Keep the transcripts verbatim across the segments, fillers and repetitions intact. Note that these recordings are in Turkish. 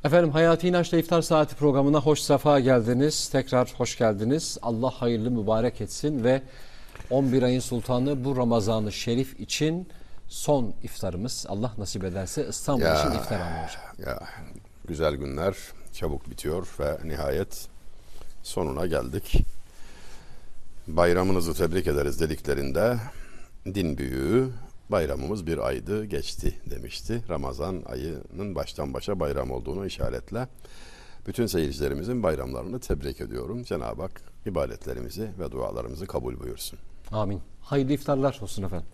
Efendim Hayati İnanç'la İftar Saati programına hoş sefa geldiniz. Tekrar hoş geldiniz. Allah hayırlı mübarek etsin ve on bir ayın sultanı bu Ramazan-ı Şerif için son iftarımız. Allah nasip ederse İstanbul ya, için iftar anı hocam. Ya, güzel günler çabuk bitiyor ve nihayet sonuna geldik. Bayramınızı tebrik ederiz dediklerinde din büyüğü bayramımız bir aydı geçti demişti. Ramazan ayının baştan başa bayram olduğunu işaretle bütün seyircilerimizin bayramlarını tebrik ediyorum. Cenab-ı Hak ibadetlerimizi ve dualarımızı kabul buyursun. Amin. Hayırlı iftarlar olsun efendim.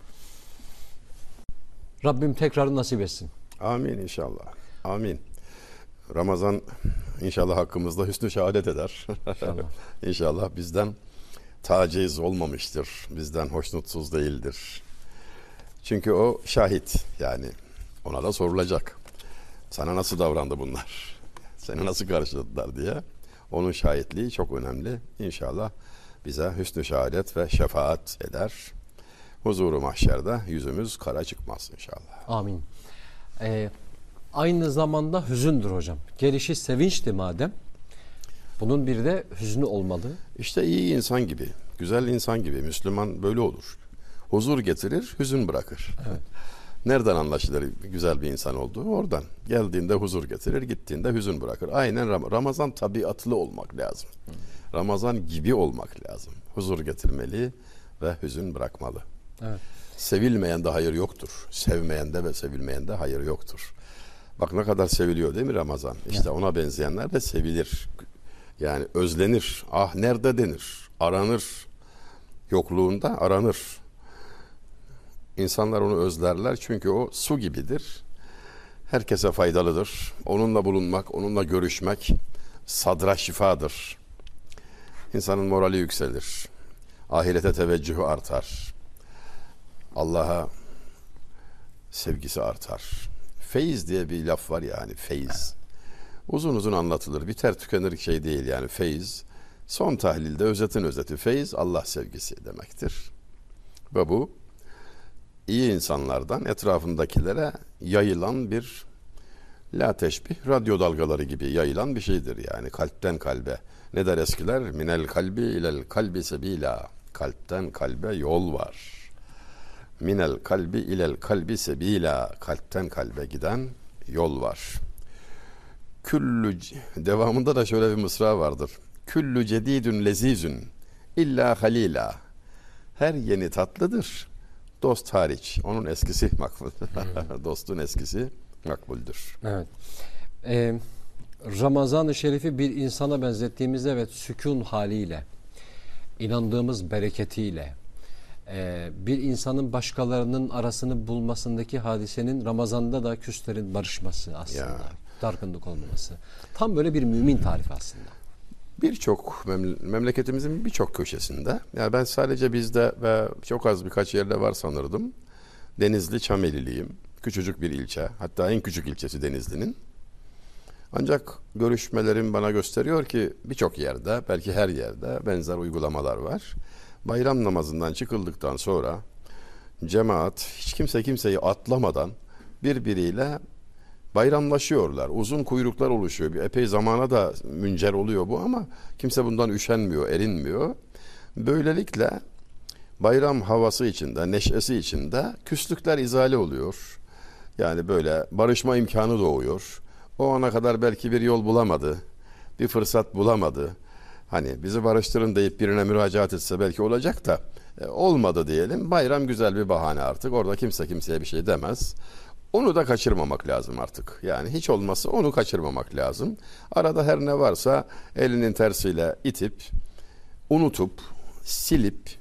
Rabbim tekrarı nasip etsin. Amin inşallah. Amin. Ramazan inşallah hakkımızda hüsnü şehadet eder. İnşallah. İnşallah bizden taciz olmamıştır. Bizden hoşnutsuz değildir. Çünkü o şahit, yani ona da sorulacak. Sana nasıl davrandı bunlar? Seni nasıl karşıladılar diye. Onun şahitliği çok önemli. İnşallah bize hüsnü şehadet ve şefaat eder. Huzuru mahşerde yüzümüz kara çıkmaz inşallah. Amin. Ee, aynı zamanda hüzündür hocam. Gelişi sevinçti madem. Bunun bir de hüznü olmalı. İşte iyi insan gibi, güzel insan gibi Müslüman böyle olur. Huzur getirir, hüzün bırakır. Evet. Nereden anlaşılır güzel bir insan olduğu? Oradan. Geldiğinde huzur getirir, gittiğinde hüzün bırakır. Aynen Ram- Ramazan tabiatlı olmak lazım. Hı. Ramazan gibi olmak lazım. Huzur getirmeli ve hüzün bırakmalı. Evet. Sevilmeyende hayır yoktur. Sevmeyende ve sevilmeyende hayır yoktur. Bak ne kadar seviliyor değil mi Ramazan? İşte evet. Ona benzeyenler de sevilir. Yani özlenir. Ah nerede denir? Aranır. Yokluğunda aranır. İnsanlar onu özlerler çünkü o su gibidir. Herkese faydalıdır. Onunla bulunmak, onunla görüşmek sadra şifadır. İnsanın morali yükselir. Ahirete teveccühü artar. Allah'a sevgisi artar. Feyiz diye bir laf var ya, hani feyiz. Uzun uzun anlatılır. Biter tükenir şey değil yani feyiz. Son tahlilde özetin özeti feyiz Allah sevgisi demektir. Ve bu iyi insanlardan etrafındakilere yayılan bir la teşbih radyo dalgaları gibi yayılan bir şeydir yani kalpten kalbe. Ne der eskiler? Minel kalbi ilel kalbi sebila. Kalpten kalbe yol var. Minel kalbi ilel kalbi sebila. Kalpten kalbe giden yol var. Küllü, devamında da şöyle bir mısra vardır. Küllü cedidün lezizün illa halila. Her yeni tatlıdır. Dost hariç. Onun eskisi makbul. Dostun eskisi makbuldür. Evet. Ee, Ramazan-ı Şerif'i bir insana benzettiğimizde evet sükun haliyle, inandığımız bereketiyle, e, bir insanın başkalarının arasını bulmasındaki hadisenin Ramazan'da da küslerin barışması aslında. Ya. Dargınlık olmaması. Tam böyle bir mümin tarifi aslında. Birçok memleketimizin birçok köşesinde, yani ben sadece bizde ve çok az birkaç yerde var sanırdım. Denizli Çameliliyim. Küçücük bir ilçe. Hatta en küçük ilçesi Denizli'nin. Ancak görüşmelerim bana gösteriyor ki birçok yerde, belki her yerde benzer uygulamalar var. Bayram namazından çıkıldıktan sonra cemaat hiç kimse kimseyi atlamadan birbiriyle bayramlaşıyorlar. Uzun kuyruklar oluşuyor. Bir epey zamana da müncer oluyor bu ama kimse bundan üşenmiyor, erinmiyor. Böylelikle bayram havası içinde, neşesi içinde küslükler izale oluyor. Yani böyle barışma imkanı doğuyor. O ana kadar belki bir yol bulamadı, bir fırsat bulamadı. Hani bizi barıştırın deyip birine müracaat etse belki olacak da e, olmadı diyelim. Bayram güzel bir bahane artık. Orada kimse kimseye bir şey demez. Onu da kaçırmamak lazım artık. Yani hiç olmazsa onu kaçırmamak lazım. Arada her ne varsa elinin tersiyle itip, unutup, silip,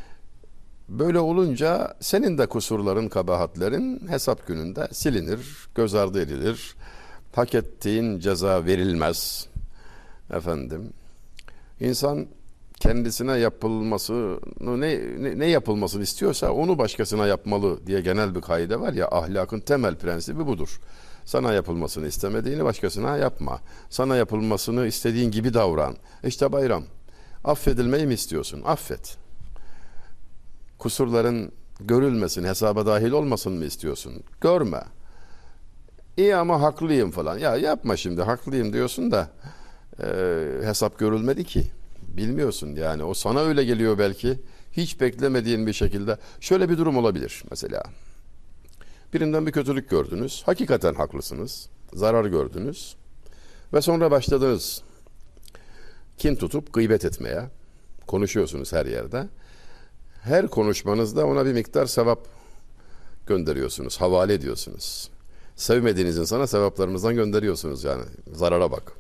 böyle olunca senin de kusurların, kabahatlerin hesap gününde silinir, göz ardı edilir. Hak ettiğin ceza verilmez. Efendim, insan kendisine yapılmasını ne, ne, ne yapılmasını istiyorsa onu başkasına yapmalı diye genel bir kaide var ya, ahlakın temel prensibi budur. Sana yapılmasını istemediğini başkasına yapma. Sana yapılmasını istediğin gibi davran. İşte bayram. Affedilmeyi mi istiyorsun? Affet. Kusurların görülmesin, hesaba dahil olmasın mı istiyorsun? Görme. İyi ama haklıyım falan. Ya yapma şimdi, haklıyım diyorsun da e, hesap görülmedi ki. Bilmiyorsun yani, o sana öyle geliyor belki. Hiç beklemediğin bir şekilde. Şöyle bir durum olabilir mesela. Birinden bir kötülük gördünüz. Hakikaten haklısınız. Zarar gördünüz. Ve sonra başladınız kin tutup gıybet etmeye. Konuşuyorsunuz her yerde. Her konuşmanızda ona bir miktar sevap gönderiyorsunuz. Havale ediyorsunuz. Sevmediğiniz insana sevaplarınızdan gönderiyorsunuz yani. Zarara bak.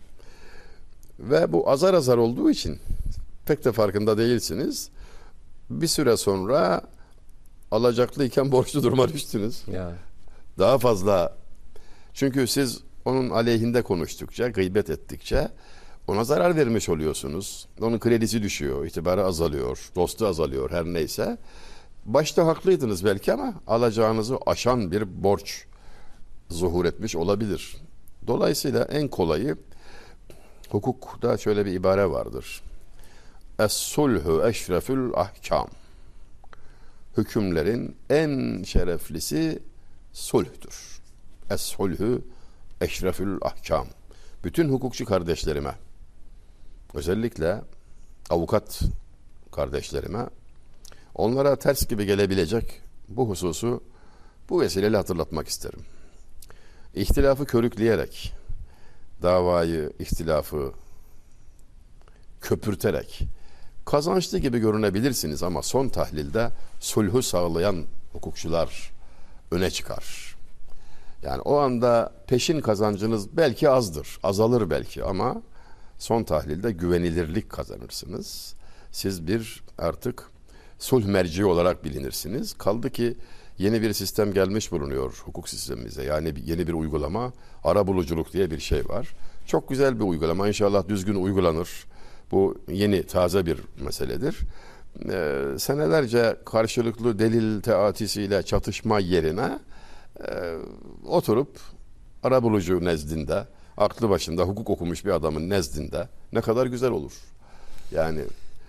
Ve bu azar azar olduğu için pek de farkında değilsiniz. Bir süre sonra alacaklıyken borçlu duruma düştünüz. Ya. Daha fazla. Çünkü siz onun aleyhinde konuştukça, gıybet ettikçe ona zarar vermiş oluyorsunuz. Onun kredisi düşüyor, itibarı azalıyor, dostu azalıyor, her neyse. Başta haklıydınız belki ama alacağınızı aşan bir borç zuhur etmiş olabilir. Dolayısıyla en kolayı, hukukta şöyle bir ibare vardır. Es-sulhu eşrefül ahkam. Hükümlerin en şereflisi sulhtür. Es-sulhu eşrefül ahkam. Bütün hukukçu kardeşlerime, özellikle avukat kardeşlerime, onlara ters gibi gelebilecek bu hususu bu vesileyle hatırlatmak isterim. İhtilafı körükleyerek, davayı, ihtilafı köpürterek kazançlı gibi görünebilirsiniz ama son tahlilde sulhu sağlayan hukukçular öne çıkar. Yani o anda peşin kazancınız belki azdır, azalır belki ama son tahlilde güvenilirlik kazanırsınız. Siz bir artık sulh merci olarak bilinirsiniz. Kaldı ki yeni bir sistem gelmiş bulunuyor hukuk sistemimize. Yani yeni bir uygulama, arabuluculuk diye bir şey var. Çok güzel bir uygulama. İnşallah düzgün uygulanır. Bu yeni, taze bir meseledir. Ee, senelerce karşılıklı delil teatisiyle çatışma yerine e, oturup arabulucu nezdinde, aklı başında hukuk okumuş bir adamın nezdinde ne kadar güzel olur. Yani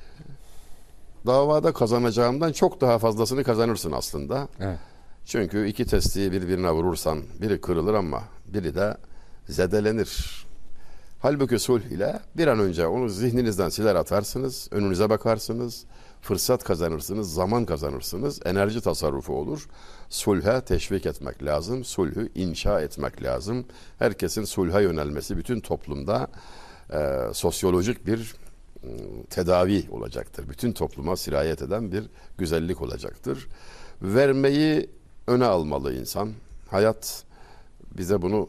davada kazanacağından çok daha fazlasını kazanırsın aslında. Evet. Çünkü iki testiyi birbirine vurursan biri kırılır ama biri de zedelenir. Halbuki sulh ile bir an önce onu zihninizden siler atarsınız, önünüze bakarsınız, fırsat kazanırsınız, zaman kazanırsınız, enerji tasarrufu olur. Sulhe teşvik etmek lazım, sulhü inşa etmek lazım. Herkesin sulha yönelmesi bütün toplumda e, sosyolojik bir e, tedavi olacaktır. Bütün topluma sirayet eden bir güzellik olacaktır. Vermeyi öne almalı insan. Hayat bize bunu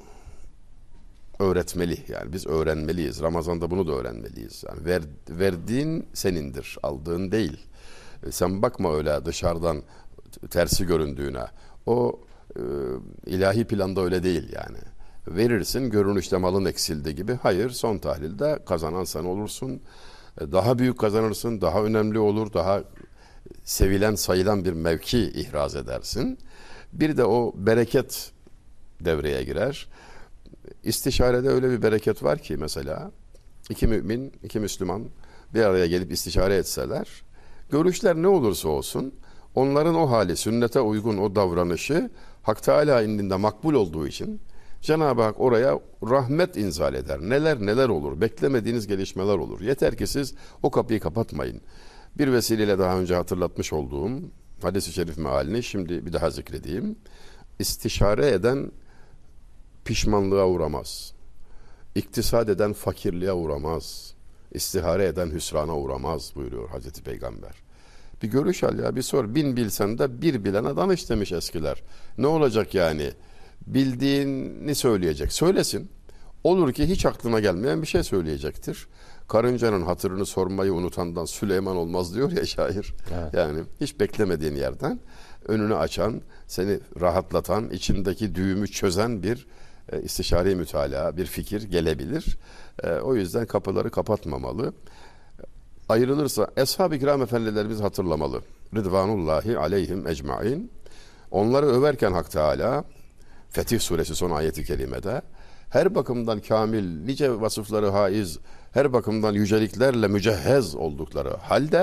öğretmeli. Yani biz öğrenmeliyiz. Ramazan'da bunu da öğrenmeliyiz. Yani ver, verdiğin senindir, aldığın değil. E, sen bakma öyle dışarıdan tersi göründüğüne. O e, ilahi planda öyle değil yani. Verirsin, görünüşte malın eksildi gibi. Hayır, son tahlilde kazanan sen olursun. E, daha büyük kazanırsın, daha önemli olur, daha sevilen, sayılan bir mevki ihraz edersin. Bir de o bereket devreye girer. İstişarede öyle bir bereket var ki mesela iki mümin, iki Müslüman bir araya gelip istişare etseler, görüşler ne olursa olsun onların o hali, sünnete uygun o davranışı Hak Teala indinde makbul olduğu için Cenab-ı Hak oraya rahmet inzal eder. Neler neler olur, beklemediğiniz gelişmeler olur. Yeter ki siz o kapıyı kapatmayın. Bir vesileyle daha önce hatırlatmış olduğum hadis-i şerif mealini şimdi bir daha zikredeyim. İstişare eden pişmanlığa uğramaz. İktisat eden fakirliğe uğramaz. İstihare eden hüsrana uğramaz buyuruyor Hazreti Peygamber. Bir görüş al ya, bir sor. Bin bilsen de bir bilene danış demiş eskiler. Ne olacak yani? Bildiğini söyleyecek. Söylesin. Olur ki hiç aklına gelmeyen bir şey söyleyecektir. Karıncanın hatırını sormayı unutandan Süleyman olmaz diyor ya şair. Evet. Yani hiç beklemediğin yerden önünü açan, seni rahatlatan, içindeki düğümü çözen bir e, istişare-i mütalaa, bir fikir gelebilir. E, o yüzden kapıları kapatmamalı. Ayrılırsa Eshab-ı Kiram efendilerimiz hatırlamalı. Rıdvanullahi aleyhim ecmain. Onları överken Hak Teala Fetih Suresi son ayeti kerimede her bakımdan kamil, nice vasıfları haiz, her bakımdan yüceliklerle mücehhez oldukları halde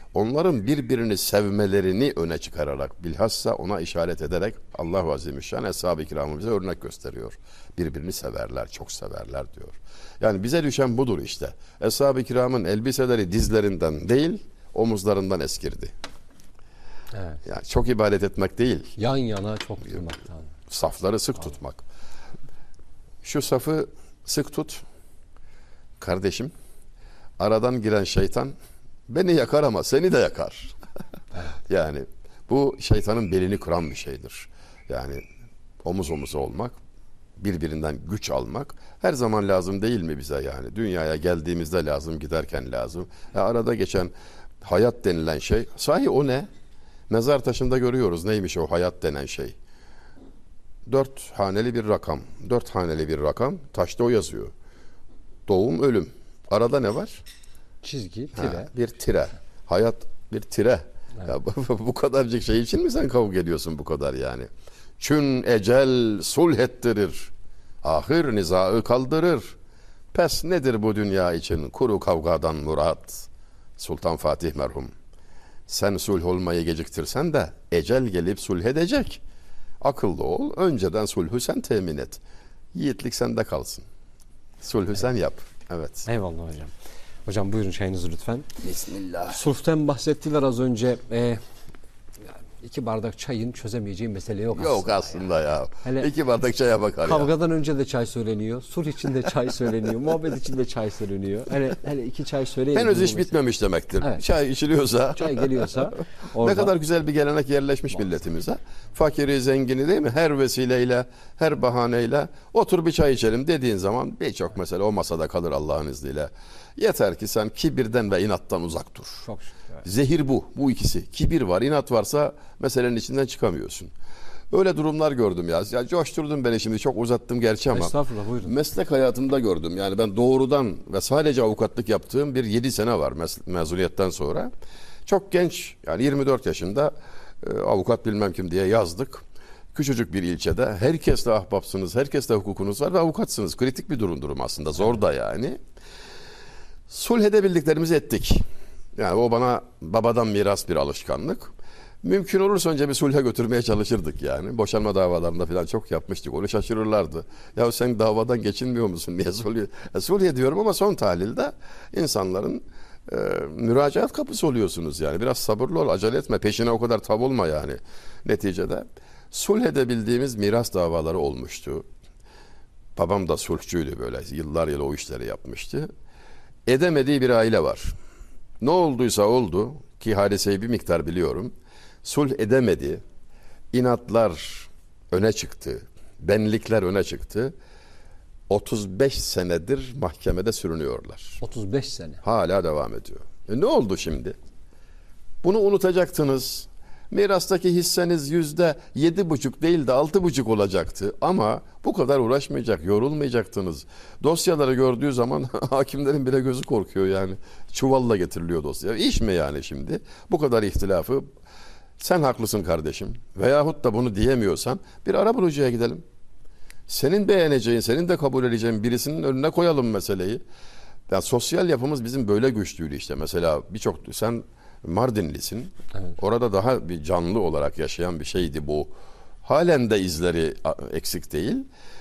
onların birbirini sevmelerini öne çıkararak, bilhassa ona işaret ederek Allah-u Azimüşşan Eshab-ı Kiram'ı bize örnek gösteriyor. Birbirini severler, çok severler diyor. Yani bize düşen budur işte. Eshab-ı Kiram'ın elbiseleri dizlerinden değil, omuzlarından eskirdi. Evet. Yani çok ibadet etmek değil, Yan yana çok durmaktan. safları sık tutmak. Şu safı sık tut kardeşim. Aradan giren şeytan beni yakar ama seni de yakar. Yani bu şeytanın belini kıran bir şeydir. Yani omuz omuza olmak, birbirinden güç almak her zaman lazım değil mi bize yani? Dünyaya geldiğimizde lazım, giderken lazım. Ya arada geçen hayat denilen şey, sahi o ne? Mezar taşında görüyoruz neymiş o hayat denen şey. Dört haneli bir rakam. Dört haneli bir rakam. Taşta o yazıyor. Doğum, ölüm. Arada ne var? Çizgi, tire. Ha, bir tire. Hayat bir tire. Evet. Ya, bu, bu kadarcık şey için mi sen kavga ediyorsun bu kadar yani? Çün ecel sulh ettirir. Ahir nizaı kaldırır. Pes nedir bu dünya için kuru kavgadan murat? Sultan Fatih merhum. Sen sulh olmayı geciktirsen de ecel gelip sulh edecek. Akıllı ol. Önceden sulhü sen temin et. Yiğitlik sende kalsın. Sulhü evet. sen yap. Evet. Eyvallah hocam. Hocam buyurun çayınızı lütfen. Bismillah. Sulh'ten bahsettiler az önce. Ee, iki bardak çayın çözemeyeceği mesele yok aslında. Yok aslında ya. ya. Hele iki bardak çaya bakar kavgadan ya. önce de çay söyleniyor. Sulh için de çay söyleniyor. Muhabbet için de çay söyleniyor. Hele, hele iki çay söyleyin. Henüz iş bitmemiş demektir. Evet. Çay içiliyorsa. Çay geliyorsa. Orada... Ne kadar güzel bir gelenek yerleşmiş Maalesef. milletimize. Fakiri, zengini değil mi? Her vesileyle, her bahaneyle otur bir çay içelim dediğin zaman birçok mesele o masada kalır Allah'ın izniyle. Yeter ki sen kibirden ve inattan uzak dur. Çok şükür. Evet. Zehir bu. Bu ikisi. Kibir var, inat varsa meselenin içinden çıkamıyorsun. Öyle durumlar gördüm ya. Ya coşturdun beni şimdi. Çok uzattım gerçi ama. Estağfurullah buyurun. Meslek hayatımda gördüm. Yani ben doğrudan ve sadece avukatlık yaptığım bir yedi sene var mez- mezuniyetten sonra. Çok genç yani yirmi dört yaşında e, avukat bilmem kim diye yazdık. Küçücük bir ilçede. Herkesle ahbapsınız, herkesle hukukunuz var ve avukatsınız. Kritik bir durum durum aslında. Zor da yani. Sulh edebildiklerimizi ettik. Yani o bana babadan miras bir alışkanlık. Mümkün olursa önce bir sulhe götürmeye çalışırdık yani. Boşanma davalarında falan çok yapmıştık. Onu şaşırırlardı. Ya sen davadan geçinmiyor musun? Niye sulh? E, sulh ediyorum ama son tahlilde insanların e, müracaat kapısı oluyorsunuz yani. Biraz sabırlı ol, acele etme. Peşine o kadar tav olma yani. Neticede sulh edebildiğimiz miras davaları olmuştu. Babam da sulhçuydu böyle. Yıllar yılı o işleri yapmıştı. Edemediği bir aile var. Ne olduysa oldu ki hadiseyi bir miktar biliyorum. Sulh edemedi. İnatlar öne çıktı. Benlikler öne çıktı. otuz beş senedir mahkemede sürünüyorlar. otuz beş sene. Hala devam ediyor. E ne oldu şimdi? Bunu unutacaktınız. Mirastaki hisseniz yüzde yedi buçuk değil de altı buçuk olacaktı. Ama bu kadar uğraşmayacak, yorulmayacaktınız. Dosyaları gördüğü zaman hakimlerin bile gözü korkuyor yani. Çuvalla getiriliyor dosya. İş mi yani şimdi? Bu kadar ihtilafı. Sen haklısın kardeşim. Veyahut da bunu diyemiyorsan bir arabulucuya gidelim. Senin beğeneceğin, senin de kabul edeceğin birisinin önüne koyalım meseleyi. Yani sosyal yapımız bizim böyle güçlüydü işte. Mesela birçok sen Mardinlisin. Evet. Orada daha bir canlı olarak yaşayan bir şeydi bu. Halen de izleri eksik değil.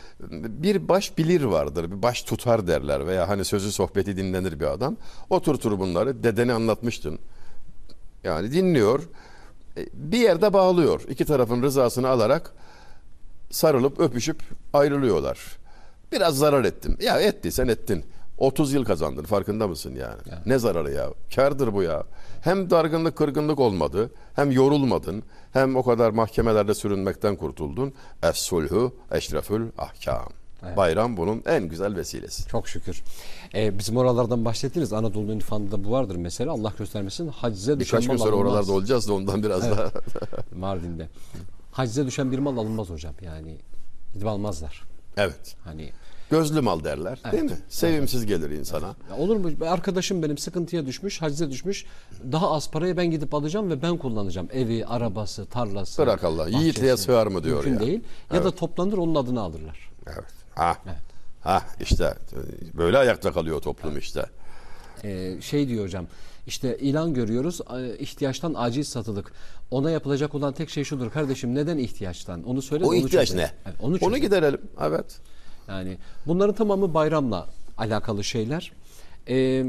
Bir baş bilir vardır, bir baş tutar derler veya hani sözü sohbeti dinlenir bir adam. Oturtur bunları, dedeni anlatmıştın. Yani dinliyor, bir yerde bağlıyor. İki tarafın rızasını alarak sarılıp öpüşüp ayrılıyorlar. Biraz zarar ettim. Ya ettiysen ettin. otuz yıl kazandın, farkında mısın yani? yani? Ne zararı ya? Kârdır bu ya. Hem dargınlık, kırgınlık olmadı, hem yorulmadın, hem o kadar mahkemelerde sürünmekten kurtuldun. Es-sulhu eşrefül ahkam. Evet. Bayram bunun en güzel vesilesi. Çok şükür. Ee, bizim oralardan bahsettiniz. Anadolu'nun irfanında bu vardır mesela. Allah göstermesin. Hacize düşen Birkaç gün sonra alınmaz. Oralarda olacağız da ondan biraz evet. daha. Mardin'de. Hacize düşen bir mal alınmaz hocam. Yani gidip almazlar. Evet. Hani gözlü mal derler, evet, değil mi? Sevimsiz evet. gelir insana. Ya olur mu? Arkadaşım benim sıkıntıya düşmüş, hacize düşmüş. Daha az paraya ben gidip alacağım ve ben kullanacağım. Evi, arabası, tarlası. Bırak Allah. Yiğitliğe sığar mı diyor mümkün ya. değil. Ya evet. da toplanır onun adını alırlar. Evet. Ha. Evet. Ha işte böyle ayakta kalıyor toplum evet. işte. Ee, şey diyor hocam, işte ilan görüyoruz, e, ihtiyaçtan aciz satılık. Ona yapılacak olan tek şey şudur kardeşim, neden ihtiyaçtan? Onu söyle. O onu ihtiyaç çözelim. ne? Evet, onu, Onu çözelim. giderelim. Evet. Yani bunların tamamı bayramla alakalı şeyler. Ee,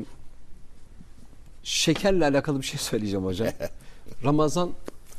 şekerle alakalı bir şey söyleyeceğim hocam. Ramazan,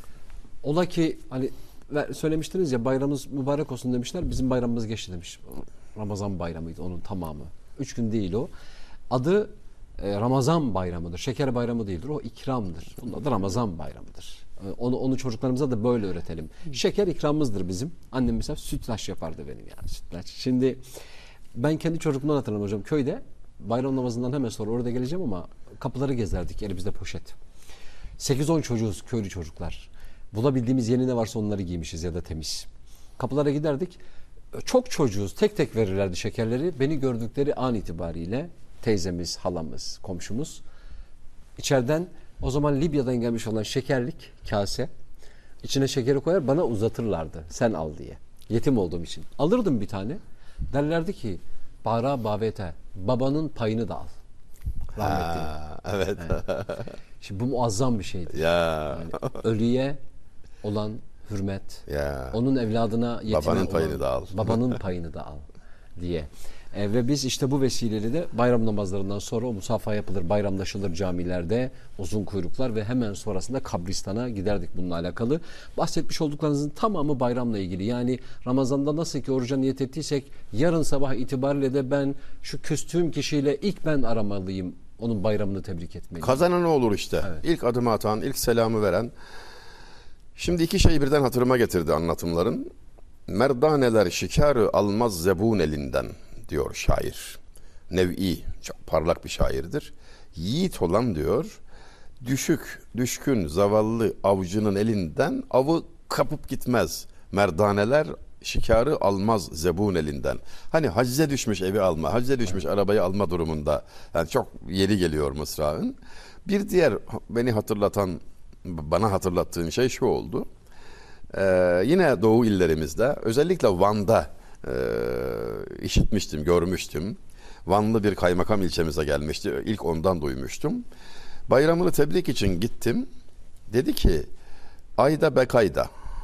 ola ki hani söylemiştiniz ya, bayramımız mübarek olsun demişler. Bizim bayramımız geçti demiş. Ramazan bayramıydı onun tamamı. Üç gün değil o. Adı e, Ramazan bayramıdır. Şeker bayramı değildir. O ikramdır. Bunun adı Ramazan bayramıdır. E, onu, onu çocuklarımıza da böyle öğretelim. Şeker ikramımızdır bizim. Annem mesela sütlaç yapardı benim yani, sütlaç. Şimdi ben kendi çocukluğumdan hatırlıyorum hocam. Köyde bayram namazından hemen sonra orada geleceğim ama kapıları gezerdik elimizde poşet. sekiz on çocuğuz, köylü çocuklar. Bulabildiğimiz yeni ne varsa onları giymişiz ya da temiz. Kapılara giderdik. Çok çocuğuz. Tek tek verirlerdi şekerleri. Beni gördükleri an itibariyle teyzemiz, halamız, komşumuz içeriden o zaman Libya'dan gelmiş olan şekerlik kase, içine şekeri koyar bana uzatırlardı. Sen al diye. Yetim olduğum için. Alırdım bir tane. Derlerdi ki bara bavete, babanın payını da al. Rahmetli. Ha, evet. Evet. Şimdi bu muazzam bir şeydir. Ya. Yani ölüye olan hürmet, Ya. onun evladına yetime Babanın olan, payını da al. babanın payını da al diye. E, ve biz işte bu vesileyle de bayram namazlarından sonra o musafaha yapılır, bayramlaşılır camilerde, uzun kuyruklar ve hemen sonrasında kabristana giderdik bununla alakalı. Bahsetmiş olduklarınızın tamamı bayramla ilgili. Yani Ramazan'da nasıl ki oruca niyet ettiysek yarın sabah itibariyle de ben şu küstüğüm kişiyle ilk ben aramalıyım, onun bayramını tebrik etmeliyim. Kazanan o olur işte. Evet. İlk adımı atan, ilk selamı veren. Şimdi iki şeyi birden hatırıma getirdi anlatımların. Merdaneler şikarı almaz zebun elinden diyor şair. Nev'i, çok parlak bir şairdir. Yiğit olan diyor, düşük, düşkün, zavallı avcının elinden avı kapıp gitmez. Merdaneler şikarı almaz zebun elinden. Hani hacize düşmüş evi alma, hacize düşmüş arabayı alma durumunda. Yani çok yeri geliyor mısrağın. Bir diğer beni hatırlatan, bana hatırlattığın şey şu oldu. Ee, yine Doğu illerimizde, özellikle Van'da e, işitmiştim, görmüştüm. Vanlı bir kaymakam ilçemize gelmişti. İlk ondan duymuştum. Bayramını tebrik için gittim. Dedi ki, ayda bekayda.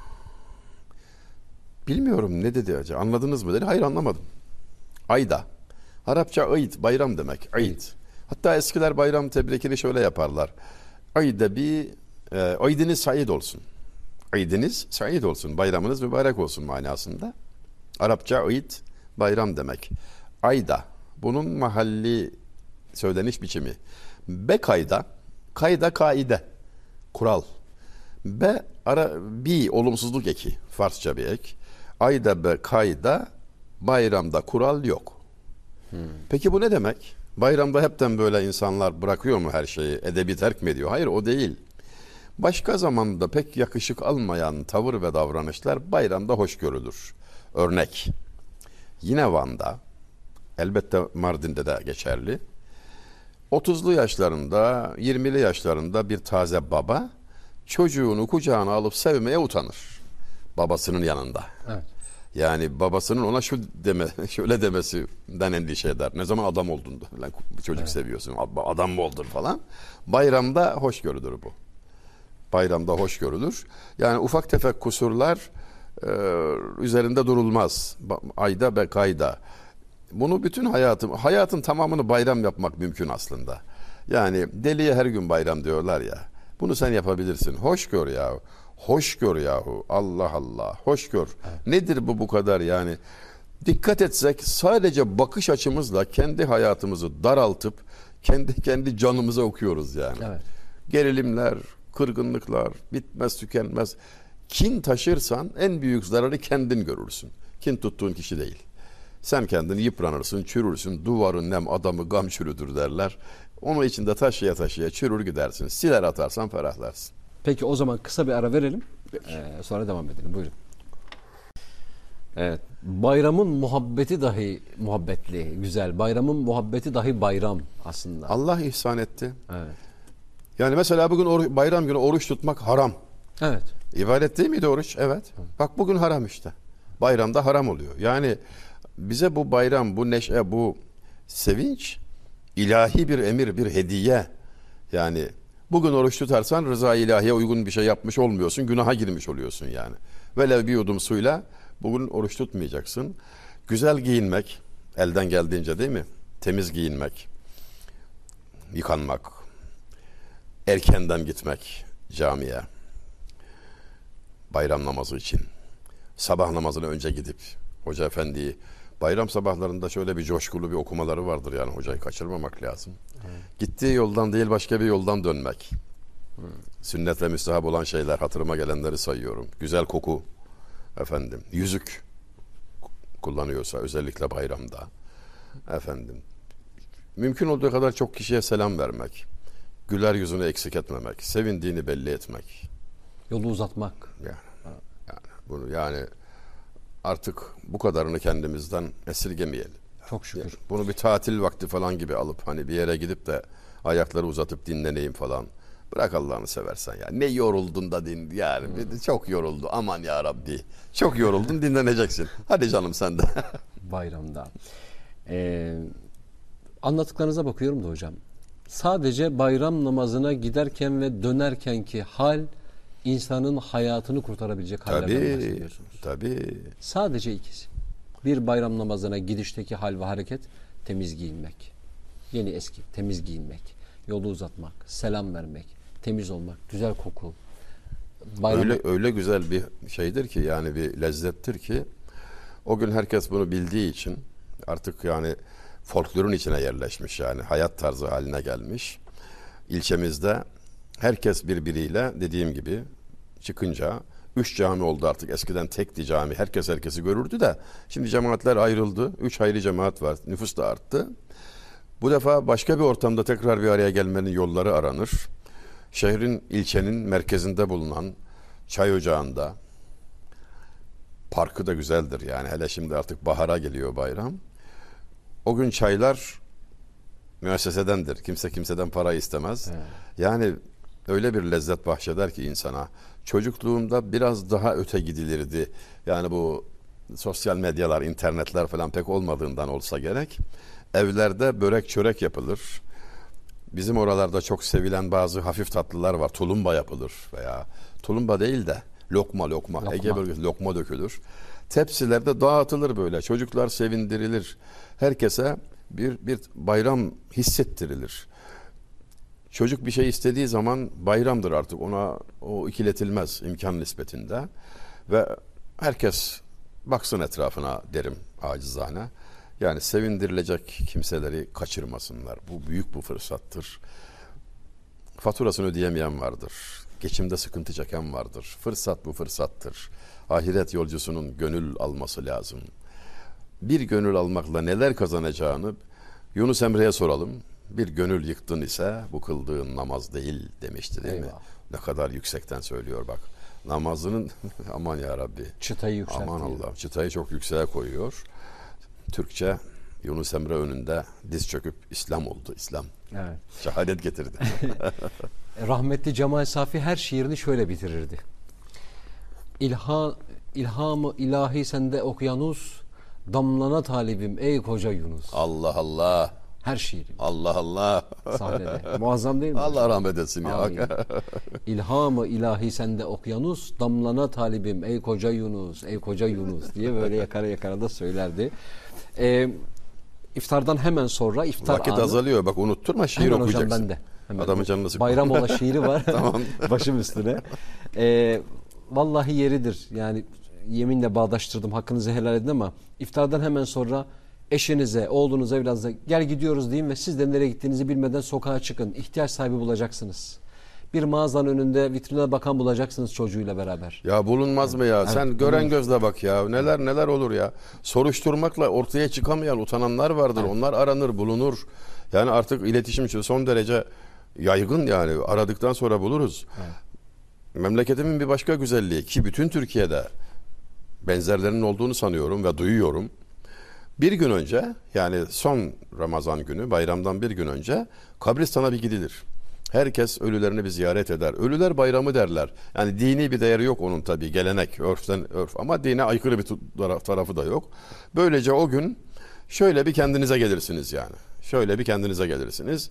Bilmiyorum ne dedi acaba, anladınız mı dedi. Hayır, anlamadım. Ayda. Arapça ayit, bayram demek. Ayit. Hatta eskiler bayram tebrikini şöyle yaparlar. Ayda bir, e, aydınız said olsun. Aydınız said olsun, bayramınız mübarek olsun manasında. Arapça ayit, bayram demek. Ayda, bunun mahalli söyleniş biçimi. Be kayda, kayda kaide, kural. Be ara bir olumsuzluk eki, Farsça bir ek. Ayda be kayda, bayramda kural yok. Hmm. Peki bu ne demek? Bayramda hepten böyle insanlar bırakıyor mu her şeyi, edebi terk mi ediyor? Hayır, o değil. Başka zamanda pek yakışık almayan tavır ve davranışlar bayramda hoş görülür. Örnek, yine Van'da, elbette Mardin'de de geçerli. otuzlu yaşlarında, yirmili yaşlarında bir taze baba çocuğunu kucağına alıp sevmeye utanır. Babasının yanında. Evet. Yani babasının ona şu deme, şöyle demesinden endişe eder. Ne zaman adam oldun da lan çocuk evet. seviyorsun, adam mı oldun falan. Bayramda hoş görülür bu. Bayramda hoş görülür. Yani ufak tefek kusurlar e, üzerinde durulmaz. Ayda be kayda. Bunu bütün hayatım, hayatın tamamını bayram yapmak mümkün aslında. Yani deliye her gün bayram diyorlar ya. Bunu sen yapabilirsin. Hoş gör yahu. Hoş gör yahu. Allah Allah. Hoş gör. Evet. Nedir bu bu kadar yani? Dikkat etsek sadece bakış açımızla kendi hayatımızı daraltıp kendi kendi canımıza okuyoruz yani. Evet. Gerilimler, kırgınlıklar, bitmez tükenmez. Kin taşırsan en büyük zararı kendin görürsün. Kin tuttuğun kişi değil. Sen kendini yıpranırsın, çürürsün. Duvarın nem adamı gam çürüdür derler. Onu içinde taşıya taşıya çürür gidersin. Siler atarsan ferahlarsın. Peki o zaman kısa bir ara verelim. Ee, sonra devam edelim. Buyurun. Evet. Bayramın muhabbeti dahi muhabbetli, güzel. Bayramın muhabbeti dahi bayram aslında. Allah ihsan etti. Evet. Yani mesela bugün oruç, bayram günü oruç tutmak haram. Evet. İbadet değil miydi oruç? Evet. evet. Bak bugün haram işte. Bayramda haram oluyor. Yani bize bu bayram, bu neşe, bu sevinç ilahi bir emir, bir hediye. Yani bugün oruç tutarsan rıza-i ilahiye uygun bir şey yapmış olmuyorsun, günaha girmiş oluyorsun yani. Velev bir yudum suyla bugün oruç tutmayacaksın. Güzel giyinmek, elden geldiğince değil mi? Temiz giyinmek, yıkanmak, erkenden gitmek camiye, bayram namazı için. Sabah namazına önce gidip Hoca Efendi'yi, bayram sabahlarında şöyle bir coşkulu bir okumaları vardır yani, hocayı kaçırmamak lazım. Evet. Gittiği yoldan değil başka bir yoldan dönmek. Hmm. Sünnet ve müstehap olan şeyler, hatırıma gelenleri sayıyorum. Güzel koku, efendim, yüzük kullanıyorsa özellikle bayramda, efendim, mümkün olduğu kadar çok kişiye selam vermek, güler yüzünü eksik etmemek, sevindiğini belli etmek. Yolu uzatmak. Yani, yani bunu yani artık bu kadarını kendimizden esirgemeyelim. Çok şükür. Yani bunu bir tatil vakti falan gibi alıp hani bir yere gidip de ayakları uzatıp dinleneyim falan. Bırak Allah'ını seversen ya. Ne yoruldun da din yani. Hmm. Çok yoruldu. Aman ya Rabbi. Çok yoruldun, dinleneceksin. Hadi canım sen de. Bayramda. Ee, anlattıklarınıza bakıyorum da hocam. Sadece bayram namazına giderken ve dönerken ki hal insanın hayatını kurtarabilecek hallerden bahsediyorsunuz. Tabii. Sadece ikisi. Bir bayram namazına gidişteki hal ve hareket, temiz giyinmek. Yeni eski, temiz giyinmek. Yolu uzatmak, selam vermek, temiz olmak, güzel koku. Bayram... Öyle öyle güzel bir şeydir ki, yani bir lezzettir ki o gün herkes bunu bildiği için artık yani folklorun içine yerleşmiş, yani hayat tarzı haline gelmiş. İlçemizde herkes birbiriyle, dediğim gibi, çıkınca üç cami oldu artık. Eskiden tekti cami. Herkes herkesi görürdü de şimdi cemaatler ayrıldı. Üç hayli cemaat var. Nüfus da arttı. Bu defa başka bir ortamda tekrar bir araya gelmenin yolları aranır. Şehrin, ilçenin merkezinde bulunan çay ocağında, parkı da güzeldir yani, hele şimdi artık bahara geliyor bayram. O gün çaylar müessesedendir. Kimse kimseden para istemez. Evet. Yani öyle bir lezzet bahşeder ki insana. Çocukluğumda biraz daha öte gidilirdi. Yani bu sosyal medyalar, internetler falan pek olmadığından olsa gerek. Evlerde börek çörek yapılır. Bizim oralarda çok sevilen bazı hafif tatlılar var. Tulumba yapılır veya tulumba değil de lokma lokma. lokma. Ege bölgesi lokma dökülür. Tepsilerde dağıtılır böyle. Çocuklar sevindirilir. Herkese bir bir bayram hissettirilir. Çocuk bir şey istediği zaman bayramdır artık. Ona o ikiletilmez imkan nispetinde. Ve herkes baksın etrafına derim acizane. Yani sevindirilecek kimseleri kaçırmasınlar. Bu büyük bir fırsattır. Faturasını ödeyemeyen vardır. Geçimde sıkıntı çeken vardır. Fırsat bu fırsattır. Ahiret yolcusunun gönül alması lazım. Bir gönül almakla neler kazanacağını Yunus Emre'ye soralım. Bir gönül yıktın ise bu kıldığın namaz değil demişti, değil Eyvah. mi? Ne kadar yüksekten söylüyor bak. Namazının aman ya Rabbi. Çıtayı yükseltiyor. Aman Allah. Çıtayı çok yükseğe koyuyor. Türkçe Yunus Emre önünde diz çöküp İslam oldu. İslam. Evet. Şehadet getirdi. Rahmetli Cemal Safi her şiirini şöyle bitirirdi. İlha, ilhamı ilahi sende okyanus, damlana talibim ey koca Yunus. Allah Allah. Her şiiri. Allah Allah. Sahnede. Muazzam değil mi? Allah rahmet etsin ya. İlhamı ilahi sende okyanus, damlana talibim ey koca Yunus, ey koca Yunus diye böyle yakara yakara da söylerdi. Ee, iftardan hemen sonra iftar Vakit anı. azalıyor bak, unutturma, şiir hemen okuyacaksın. Hocam ben de. Hemen. Adamın canını sıkma. Bayram ola şiiri var. Tamam. Başım üstüne. Ee, vallahi yeridir. Yani yeminle bağdaştırdım, hakkınızı helal edin, ama iftardan hemen sonra eşinize, oğlunuza, evladınıza gel gidiyoruz deyin ve siz de nereye gittiğinizi bilmeden sokağa çıkın. İhtiyaç sahibi bulacaksınız. Bir mağazanın önünde vitrine bakan bulacaksınız çocuğuyla beraber. Ya bulunmaz mı ya? Evet, Sen gören bulunur. gözle bak ya. Neler neler olur ya. Soruşturmakla ortaya çıkamayan, utananlar vardır. Evet. Onlar aranır, bulunur. Yani artık iletişim son derece yaygın yani. Aradıktan sonra buluruz. Evet. Memleketimin bir başka güzelliği ki bütün Türkiye'de benzerlerinin olduğunu sanıyorum ve duyuyorum. Bir gün önce, yani son Ramazan günü, bayramdan bir gün önce kabristana bir gidilir. Herkes ölülerini bir ziyaret eder. Ölüler bayramı derler. Yani dini bir değeri yok onun tabii. Gelenek, örften örf, ama dine aykırı bir tarafı da yok. Böylece o gün Şöyle bir kendinize gelirsiniz yani. Şöyle bir kendinize gelirsiniz.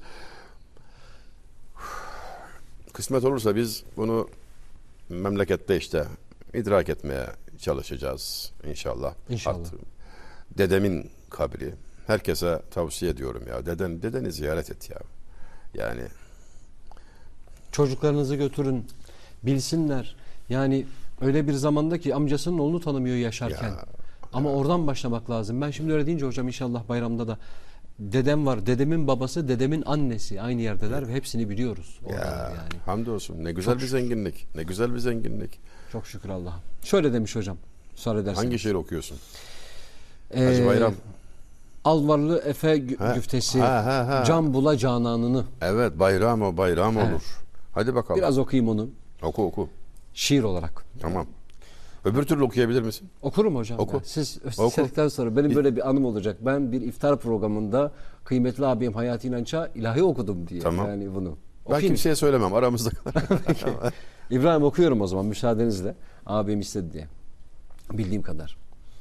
Kısmet olursa biz bunu memlekette işte idrak etmeye çalışacağız inşallah. İnşallah. Artık dedemin kabri. Herkese tavsiye ediyorum ya. Deden, dedeni ziyaret et ya. Yani Çocuklarınızı götürün. Bilsinler. Yani öyle bir zamanda ki amcasının oğlunu tanımıyor yaşarken. Ya, Ama ya. oradan başlamak lazım. Ben şimdi öyle deyince hocam inşallah bayramda da dedem var. Dedemin babası, dedemin annesi aynı yerdeler ve hepsini biliyoruz. Ya, Yani. hamdolsun. Ne güzel Çok bir zenginlik. Ne güzel bir zenginlik. Çok şükür Allah'a. Şöyle demiş hocam. Müsaade ederseniz. Hangi şiir okuyorsun? Ee, Hacı Bayram. Alvarlı Efe gü- Ha, güftesi. ha, ha, ha. Can bula cananını. Evet, bayram o bayram Evet. olur. Hadi bakalım. Biraz okuyayım onu. Oku oku. Şiir olarak. Tamam. Öbür türlü okuyabilir misin? Okurum hocam. Oku. Ya. Siz Oku. istedikten sonra benim böyle bir anım olacak. Ben bir iftar programında kıymetli abim Hayati İnanç'a ilahi okudum diye. Tamam. Yani bunu. Ben Okuyayım. kimseye söylemem aramızda kalır. Peki. İbrahim okuyorum o zaman müsaadenizle. Abim istedi diye. Bildiğim kadar.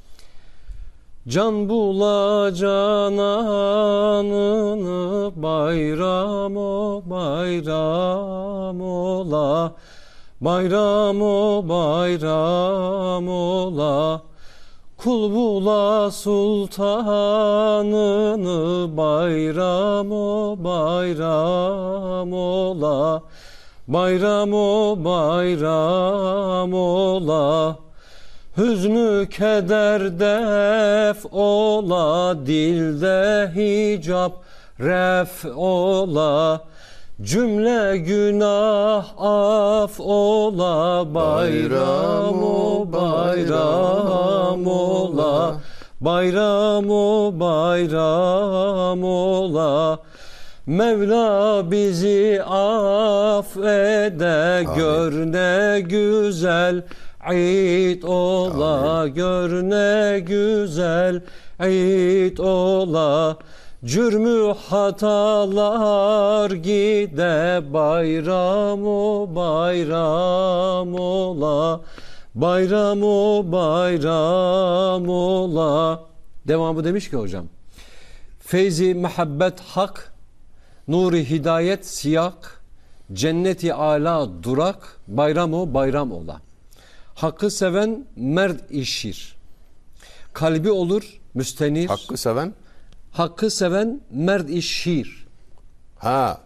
Can bula cananını bayram o bayram ola. Bayram o bayram ola. Kul bula sultanını bayram o bayram ola. Bayram o bayram ola. Hüznü keder def ola, dilde hicap ref ola. Cümle günah af ola, bayram o bayram ola. Bayram o bayram ola. Mevla bizi affede, gör ne güzel İd ola. Amin. Gör ne güzel İd ola. Cürmü hatalar gide, bayram o bayram ola. Bayram o bayram ola. Devamı demiş ki hocam. Feyzi muhabbet hak, nuri hidayet siyak, cenneti ala durak, bayram o bayram ola. Hakkı seven mert işir, kalbi olur müstenir. Hakkı seven? Hakkı seven mert işir. Ha.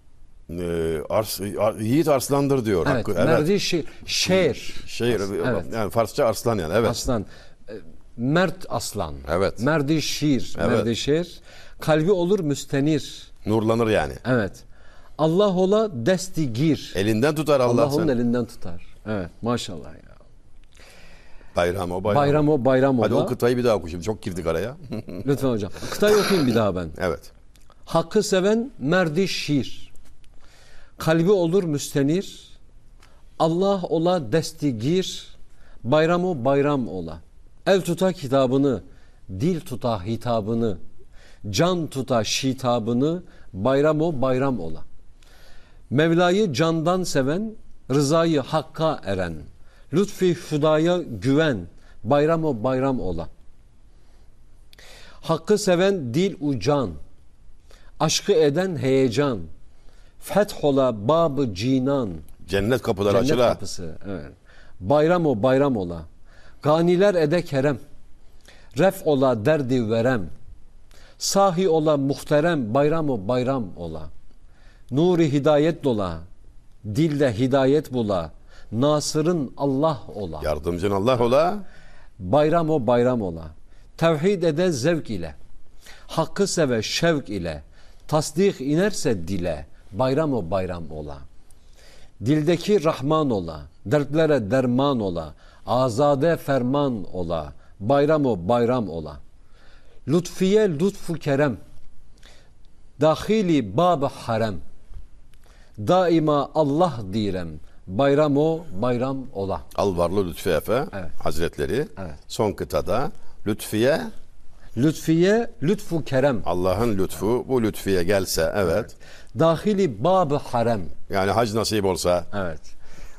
E, ars, yiğit arslandır diyor. Evet, Hakkı, evet. merdi şiir. Şeir. Şehir, Evet. yani Farsça arslan yani. Evet. Aslan. E, Mert aslan. Evet. Merdi şiir. Evet. Merdi şiir. Kalbi olur müstenir. Nurlanır yani. Evet. Allah ola desti gir. Elinden tutar Allah, Allah onun seni. elinden tutar. Evet, maşallah ya. Bayram o bayram. Bayram o bayram Hadi ola. o kıtayı bir daha oku şimdi. Çok girdik araya. Lütfen hocam. Kıtayı okuyayım bir daha ben. Evet. Hakkı seven merdi şiir. Kalbi olur müstenir. Allah ola desti gir. Bayram o bayram ola. El tuta kitabını, dil tuta hitabını, can tuta şitabını, bayram o bayram ola. Mevlayı candan seven, rızayı hakka eren, lütfi hudaya güven, bayram o bayram ola. Hakkı seven dil ucan, aşkı eden heyecan, fethola babı cinan, Cennet kapıları cennet açıla. kapısı. Evet. Bayram o bayram ola. Ganiler ede kerem, ref ola derdi verem, sahi ola muhterem, bayram o bayram ola. Nuri hidayet dola, dilde hidayet bula, Nasır'ın Allah ola. Yardımcın Allah ola. Bayram o bayram ola. Tevhid ede zevk ile, hakkı seve şevk ile, tasdik inerse dile, bayram o bayram ola. Dildeki Rahman ola, dertlere derman ola, azade ferman ola, bayram o bayram ola. Lütfiye lütfu kerem, dahili bab harem, daima Allah direm, bayram o bayram ola. Alvarlı Lütfi Efe Evet. Hazretleri Evet. son kıtada Lütfiye, Lütfiye lütfu kerem, Allah'ın lütfu bu lütfiye gelse evet. dahili bab harem. Yani hac nasip olsa Evet.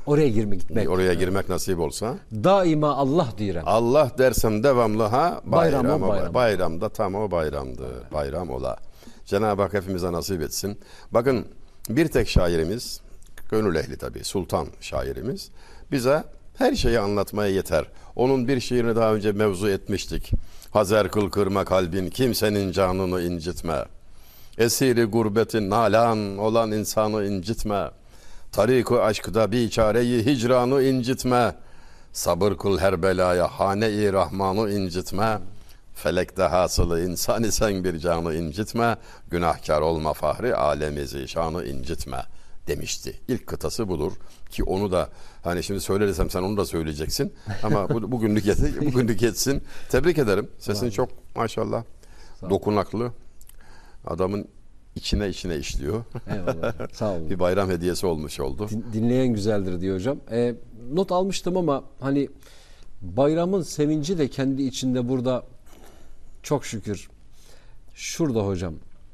Oraya girmek gitmek. Oraya girmek nasip olsa. Daima Allah diyorum. Allah dersem devamlı ha bayram, Bayram o o bayram. bayramda tam o bayramdı. Bayram ola. Cenab-ı Hak hepimize nasip etsin. Bakın bir tek şairimiz, gönül ehli tabii, sultan şairimiz bize her şeyi anlatmaya yeter. Onun bir şiirini daha önce mevzu etmiştik. Hazer kıl kırma kalbin, kimsenin canını incitme. Esiri gurbetin nalan olan insanı incitme. Tarik-ı aşkda biçareyi hicranı incitme. Sabır kıl her belaya hane-i rahmanı incitme. Felekte hasılı insan isen bir canı incitme. Günahkar olma fahri alemi zişanı incitme demişti. İlk kıtası budur ki onu da hani şimdi söylersem sen onu da söyleyeceksin ama bu, bugünlük yet, bugünlük yetsin. Tebrik ederim. Sesin çok maşallah dokunaklı. Adamın içine içine işliyor. Eyvallah. Sağ olun. Bir bayram hediyesi olmuş oldu. Din- Dinleyen güzeldir diyor hocam. E, not almıştım ama hani bayramın sevinci de kendi içinde burada çok şükür. Şurada hocam.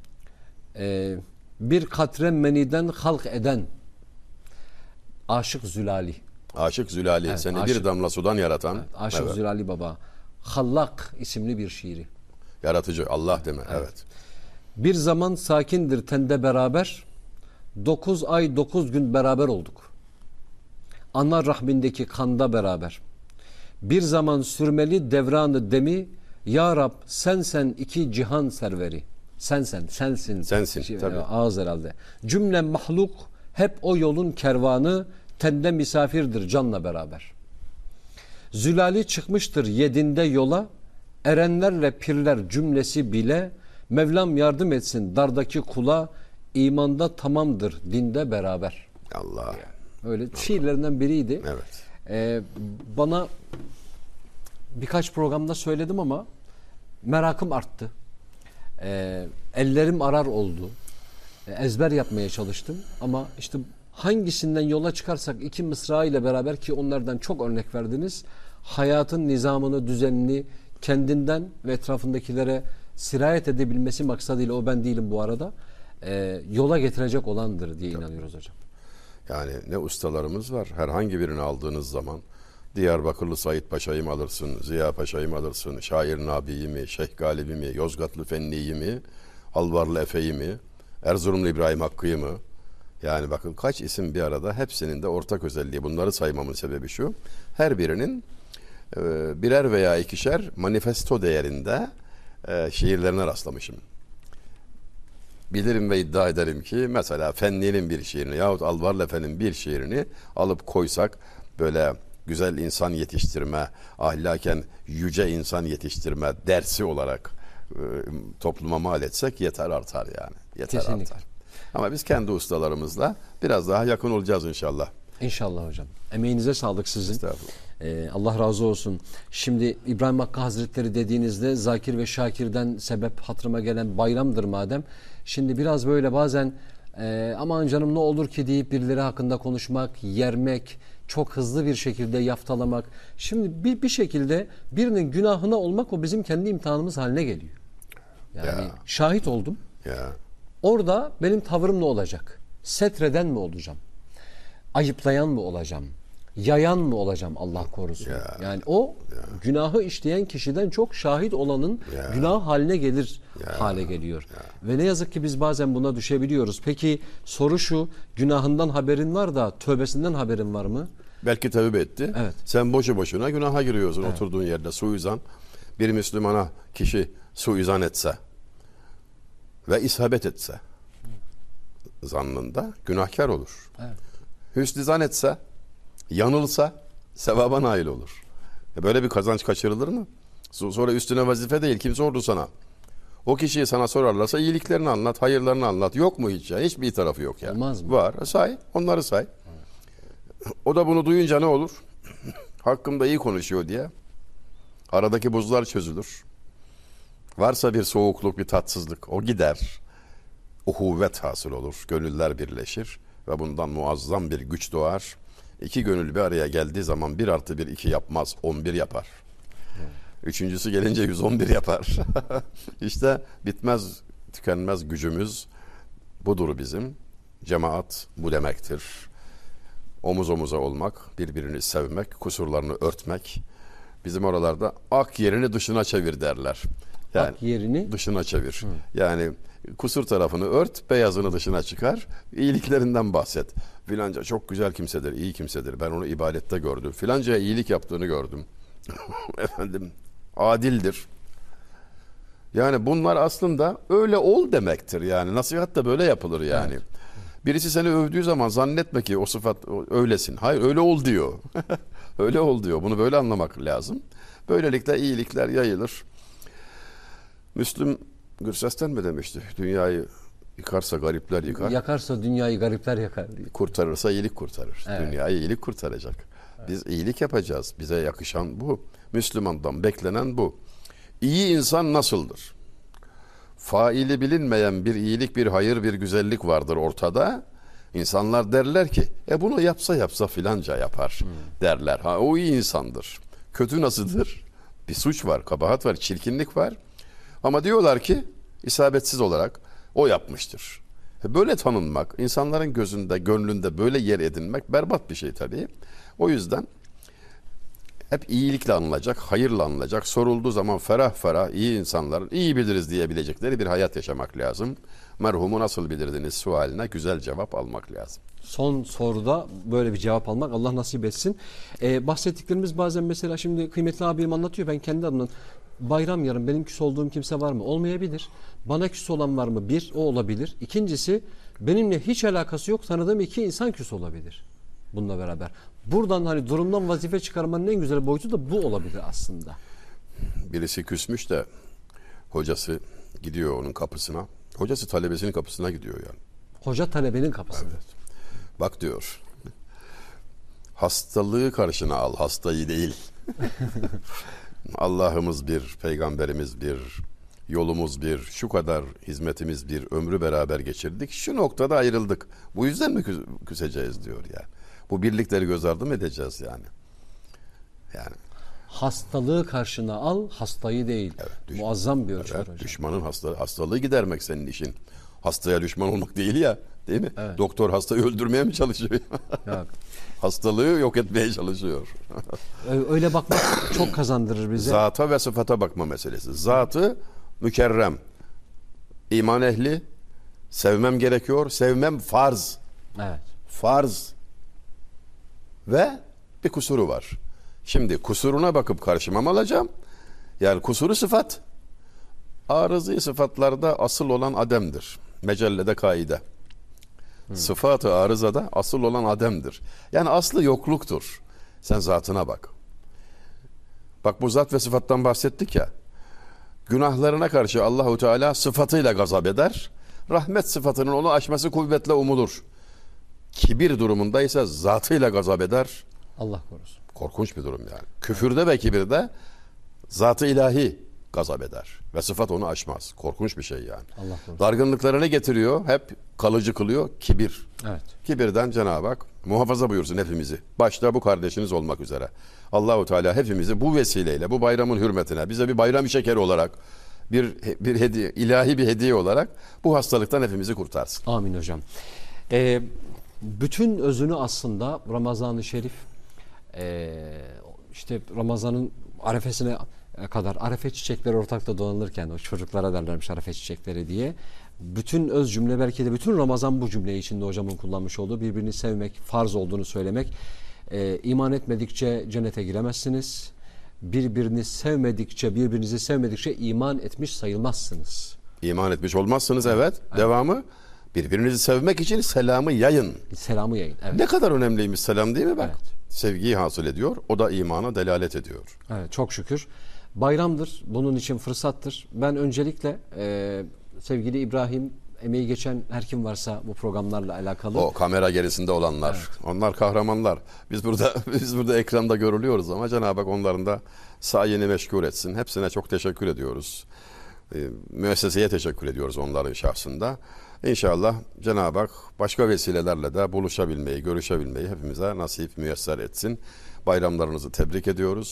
E, bir katre meniden halk eden Aşık Zülali. Aşık Zülali Evet, seni Aşık. bir damla sudan yaratan. Evet, Aşık Evet. Zülali Baba. Hallak isimli bir şiiri. Yaratıcı Allah deme. Evet. evet. Bir zaman sakindir tende beraber, dokuz ay dokuz gün beraber olduk. Ana rahmindeki kanda beraber. Bir zaman sürmeli devranı demi, Ya Rab sensen iki cihan serveri. Sensen, sensin. Sensin, Şey, tabii. Ağız herhalde. Cümle mahluk hep o yolun kervanı, tende misafirdir canla beraber. Zülali çıkmıştır yedinde yola, erenlerle pirler cümlesi bile, Mevlam yardım etsin dardaki kula, imanda tamamdır dinde beraber. Allah. Öyle şiirlerinden biriydi. Evet. Ee, bana birkaç programda söyledim ama merakım arttı. Ee, ellerim arar oldu. Ee, ezber yapmaya çalıştım ama işte hangisinden yola çıkarsak iki mısra ile beraber, ki onlardan çok örnek verdiniz, hayatın nizamını, düzenini kendinden ve etrafındakilere sirayet edebilmesi maksadıyla, o ben değilim bu arada, e, yola getirecek olandır diye inanıyoruz hocam. Yani ne ustalarımız var. Herhangi birini aldığınız zaman Diyarbakırlı Said Paşa'yı mı alırsın, Ziya Paşa'yı mı alırsın, Şair Nabi'yi mi, Şeyh Galip'i mi, Yozgatlı Fenni'yi mi, Alvarlı Efe'yi mi, Erzurumlu İbrahim Hakkı'yı mı? Yani bakın kaç isim bir arada, hepsinin de ortak özelliği. Bunları saymamın sebebi şu. Her birinin e, birer veya ikişer manifesto değerinde e, şiirlerine rastlamışım. Bilirim ve iddia ederim ki mesela Fenni'nin bir şiirini yahut Alvarlı Efe'nin bir şiirini alıp koysak, böyle güzel insan yetiştirme, ahlaken yüce insan yetiştirme dersi olarak e, topluma mal etsek yeter artar yani. Yeter Kesinlikle. artar. Ama biz kendi ustalarımızla biraz daha yakın olacağız inşallah. İnşallah hocam. Emeğinize sağlık sizin. Estağfurullah. Ee, Allah razı olsun. Şimdi İbrahim Hakkı Hazretleri dediğinizde Zakir ve Şakir'den sebep hatırıma gelen bayramdır madem. Şimdi biraz böyle bazen e, aman canım ne olur ki deyip birileri hakkında konuşmak, yermek, çok hızlı bir şekilde yaftalamak. Şimdi bir, bir şekilde birinin günahına olmak, o bizim kendi imtihanımız haline geliyor. Yani Ya. şahit oldum. Ya. Orada benim tavrım ne olacak? Setreden mi olacağım? Ayıplayan mı olacağım? Yayan mı olacağım Allah korusun? Ya. Yani o ya. günahı işleyen kişiden çok şahit olanın Ya. günah haline gelir Ya. hale geliyor. Ya. Ve ne yazık ki biz bazen buna düşebiliyoruz. Peki soru şu, günahından haberin var da tövbesinden haberin var mı? Belki tövbe etti. Evet. Sen boşu boşuna günaha giriyorsun Evet. oturduğun yerde suizan. Bir Müslümana kişi suizan etse ve isabet etse zannında günahkar olur. Evet. Hüsnü zan etse, yanılsa sevaba nail olur. E böyle bir kazanç kaçırılır mı? Sonra üstüne vazife değil, kim sordu sana? O kişiyi sana sorarlarsa iyiliklerini anlat, hayırlarını anlat. Yok mu hiç ya? Hiçbir tarafı yok ya. Olmaz mı? Var. Say. Onları say. O da bunu duyunca ne olur? Hakkımda iyi konuşuyor diye aradaki buzlar çözülür. Varsa bir soğukluk, bir tatsızlık, o gider. Uhuvvet hasıl olur. Gönüller birleşir ve bundan muazzam bir güç doğar. İki gönül bir araya geldiği zaman bir artı bir iki yapmaz, on bir yapar. Üçüncüsü gelince yüz on bir yapar. İşte bitmez, tükenmez gücümüz budur bizim. Cemaat bu demektir. omuz omuza olmak, birbirini sevmek, kusurlarını örtmek. Bizim oralarda ak yerini dışına çevir derler. Yani Ak yerini dışına çevir. Hı. Yani kusur tarafını ört, beyazını dışına çıkar. İyiliklerinden bahset. Filanca çok güzel kimsedir, iyi kimsedir. Ben onu ibadette gördüm. Filancaya iyilik yaptığını gördüm. Efendim, adildir. Yani bunlar aslında öyle ol demektir. Yani nasihat da böyle yapılır yani. Evet. Birisi seni övdüğü zaman zannetme ki o sıfat öylesin. Hayır, öyle ol diyor. Öyle ol diyor. Bunu böyle anlamak lazım. Böylelikle iyilikler yayılır. Müslüm Gürses'ten mi demişti? Dünyayı yıkarsa garipler yıkar. yakarsa dünyayı garipler yakar diye. Kurtarırsa iyilik kurtarır. Evet. Dünyayı iyilik kurtaracak. Evet. Biz iyilik yapacağız. Bize yakışan bu. Müslümandan beklenen bu. İyi insan nasıldır? Faili bilinmeyen bir iyilik, bir hayır, bir güzellik vardır ortada. İnsanlar derler ki, e bunu yapsa yapsa filanca yapar hmm. derler. Ha, o iyi insandır. Kötü nasıldır? Bir suç var, kabahat var, çirkinlik var. Ama diyorlar ki isabetsiz olarak o yapmıştır. Böyle tanınmak, insanların gözünde, gönlünde böyle yer edinmek berbat bir şey tabii. O yüzden hep iyilikle anılacak, hayırla anılacak. Sorulduğu zaman ferah ferah iyi insanların iyi biliriz diyebilecekleri bir hayat yaşamak lazım. Merhumu nasıl bilirdiniz sualine güzel cevap almak lazım. Son soruda böyle bir cevap almak Allah nasip etsin. Ee, bahsettiklerimiz bazen mesela şimdi kıymetli abim anlatıyor, ben kendi adımdan bayram yarın benim küs olduğum kimse var mı? Olmayabilir. Bana küs olan var mı? Bir, o olabilir. İkincisi, benimle hiç alakası yok tanıdığım iki insan küs olabilir bununla beraber. Buradan hani durumdan vazife çıkarmanın en güzel boyutu da bu olabilir aslında. Birisi küsmüş de hocası gidiyor onun kapısına. Hocası talebesinin kapısına gidiyor yani. Hoca talebenin kapısına. Evet. Bak diyor. Hastalığı karşına al, hastayı değil. Allah'ımız bir, peygamberimiz bir, yolumuz bir, şu kadar hizmetimiz bir, ömrü beraber geçirdik. Şu noktada ayrıldık. Bu yüzden mi kü- küseceğiz diyor yani. Bu birlikleri göz ardı mı edeceğiz yani? Yani. Hastalığı karşına al, hastayı değil. Evet, düş- Muazzam bir ölçü evet, hocam. Düşmanın hastalığı, hastalığı gidermek senin işin. Hastaya düşman olmak değil ya, değil mi? Evet. Doktor hastayı öldürmeye mi çalışıyor? Yok. Hastalığı yok etmeye çalışıyor. Öyle bakmak çok kazandırır bize. Zata ve sıfata bakma meselesi. Zatı mükerrem, iman ehli, sevmem gerekiyor, sevmem farz. Evet. Farz ve bir kusuru var. Şimdi kusuruna bakıp karşıma mı alacağım? Yani kusuru sıfat. Arızı sıfatlarda asıl olan ademdir. Mecellede kaide. Hmm. Sıfatı arızada asıl olan ademdir. Yani aslı yokluktur. Sen zatına bak. Bak bu zat ve sıfattan bahsettik ya. Günahlarına karşı Allahu Teala sıfatıyla gazap eder. Rahmet sıfatının onu aşması kuvvetle umulur. Kibir durumunda ise zatıyla gazap eder. Allah korusun. Korkunç bir durum yani. Küfürde ve kibirde zat-ı ilahi gazap eder. Ve sıfat onu aşmaz. Korkunç bir şey yani. Allah korusun. Dargınlıklarını getiriyor. Hep kalıcı kılıyor. Kibir. Evet. Kibirden Cenab-ı Hak muhafaza buyursun hepimizi. Başta bu kardeşiniz olmak üzere. Allahu Teala hepimizi bu vesileyle, bu bayramın hürmetine, bize bir bayram şekeri olarak, bir bir hediye, ilahi bir hediye olarak bu hastalıktan hepimizi kurtarsın. Amin hocam. Ee, bütün özünü aslında Ramazan-ı Şerif e, işte Ramazan'ın arefesine kadar arefe çiçekleri ortakta dolanırken o çocuklara derlermiş arefe çiçekleri diye. Bütün öz cümle belki de bütün Ramazan bu cümle içinde hocamın kullanmış olduğu birbirini sevmek, farz olduğunu söylemek. Ee, iman etmedikçe cennete giremezsiniz. Birbirini sevmedikçe, birbirinizi sevmedikçe iman etmiş sayılmazsınız. İman etmiş olmazsınız evet. evet. Devamı birbirinizi sevmek için selamı yayın. Selamı yayın. Evet. Ne kadar önemliymiş selam değil mi bak? Evet. Sevgiyi hasıl ediyor. O da imana delalet ediyor. Evet, çok şükür. Bayramdır. Bunun için fırsattır. Ben öncelikle e, sevgili İbrahim, emeği geçen her kim varsa bu programlarla alakalı. O kamera gerisinde olanlar. Evet. Onlar kahramanlar. Biz burada biz burada ekranda görülüyoruz ama Cenab-ı Hak onların da sayeni meşgul etsin. Hepsine çok teşekkür ediyoruz. E, müesseseye teşekkür ediyoruz onların şahsında. İnşallah Cenab-ı Hak başka vesilelerle de buluşabilmeyi, görüşebilmeyi hepimize nasip müyesser etsin. Bayramlarınızı tebrik ediyoruz.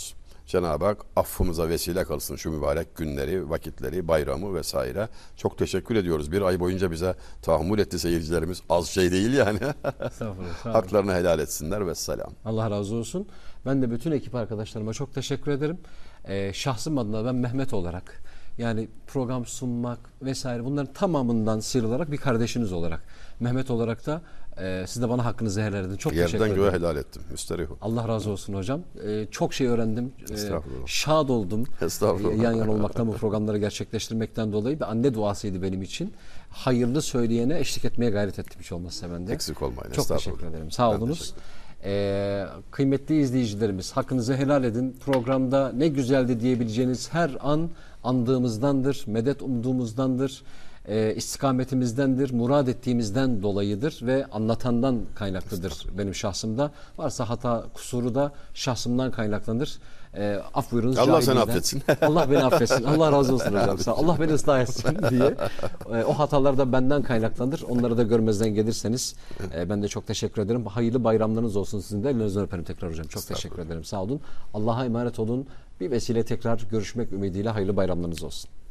Cenab-ı Hak affımıza vesile kılsın şu mübarek günleri, vakitleri, bayramı vesaire. Çok teşekkür ediyoruz. Bir ay boyunca bize tahammül etti seyircilerimiz. Az şey değil yani. Estağfurullah. Sağ olun. Haklarını helal etsinler ve selam. Allah razı olsun. Ben de bütün ekip arkadaşlarıma çok teşekkür ederim. Ee, şahsım adına ben Mehmet olarak, yani program sunmak vesaire bunların tamamından sıyrılarak bir kardeşiniz olarak, Mehmet olarak da e, siz de bana hakkınızı helal edin. Çok teşekkür Yerden ederim. göğe helal ettim. Müsterihum. Allah razı olsun hocam. Ee, çok şey öğrendim. Ee, Estağfurullah. şad oldum. Estağfurullah. Ee, yan yana olmaktan, bu programları gerçekleştirmekten dolayı bir anne duasıydı benim için. Hayırlı söyleyene eşlik etmeye gayret ettim hiç olmazsa ben de. Eksik olmayın. Çok teşekkür ederim. Sağ Ben olunuz. teşekkür ederim. Ee, kıymetli izleyicilerimiz, hakkınızı helal edin. Programda ne güzeldi diyebileceğiniz her an andığımızdandır, medet umduğumuzdandır, e, istikametimizdendir, murad ettiğimizden dolayıdır ve anlatandan kaynaklıdır benim şahsımda. Varsa hata, kusuru da şahsımdan kaynaklanır. E, af buyurunuz. Allah seni cahilliğinden. affetsin. Allah beni affetsin. Allah razı olsun hocam. Sağ- Allah beni ıslah etsin diye. E, o hatalar da benden kaynaklanır. Onları da görmezden gelirseniz e, ben de çok teşekkür ederim. Hayırlı bayramlarınız olsun sizin de. Ellerinizden öperim tekrar hocam. Çok teşekkür ederim. Sağ olun. Allah'a emanet olun. Bir vesile tekrar görüşmek ümidiyle hayırlı bayramlarınız olsun.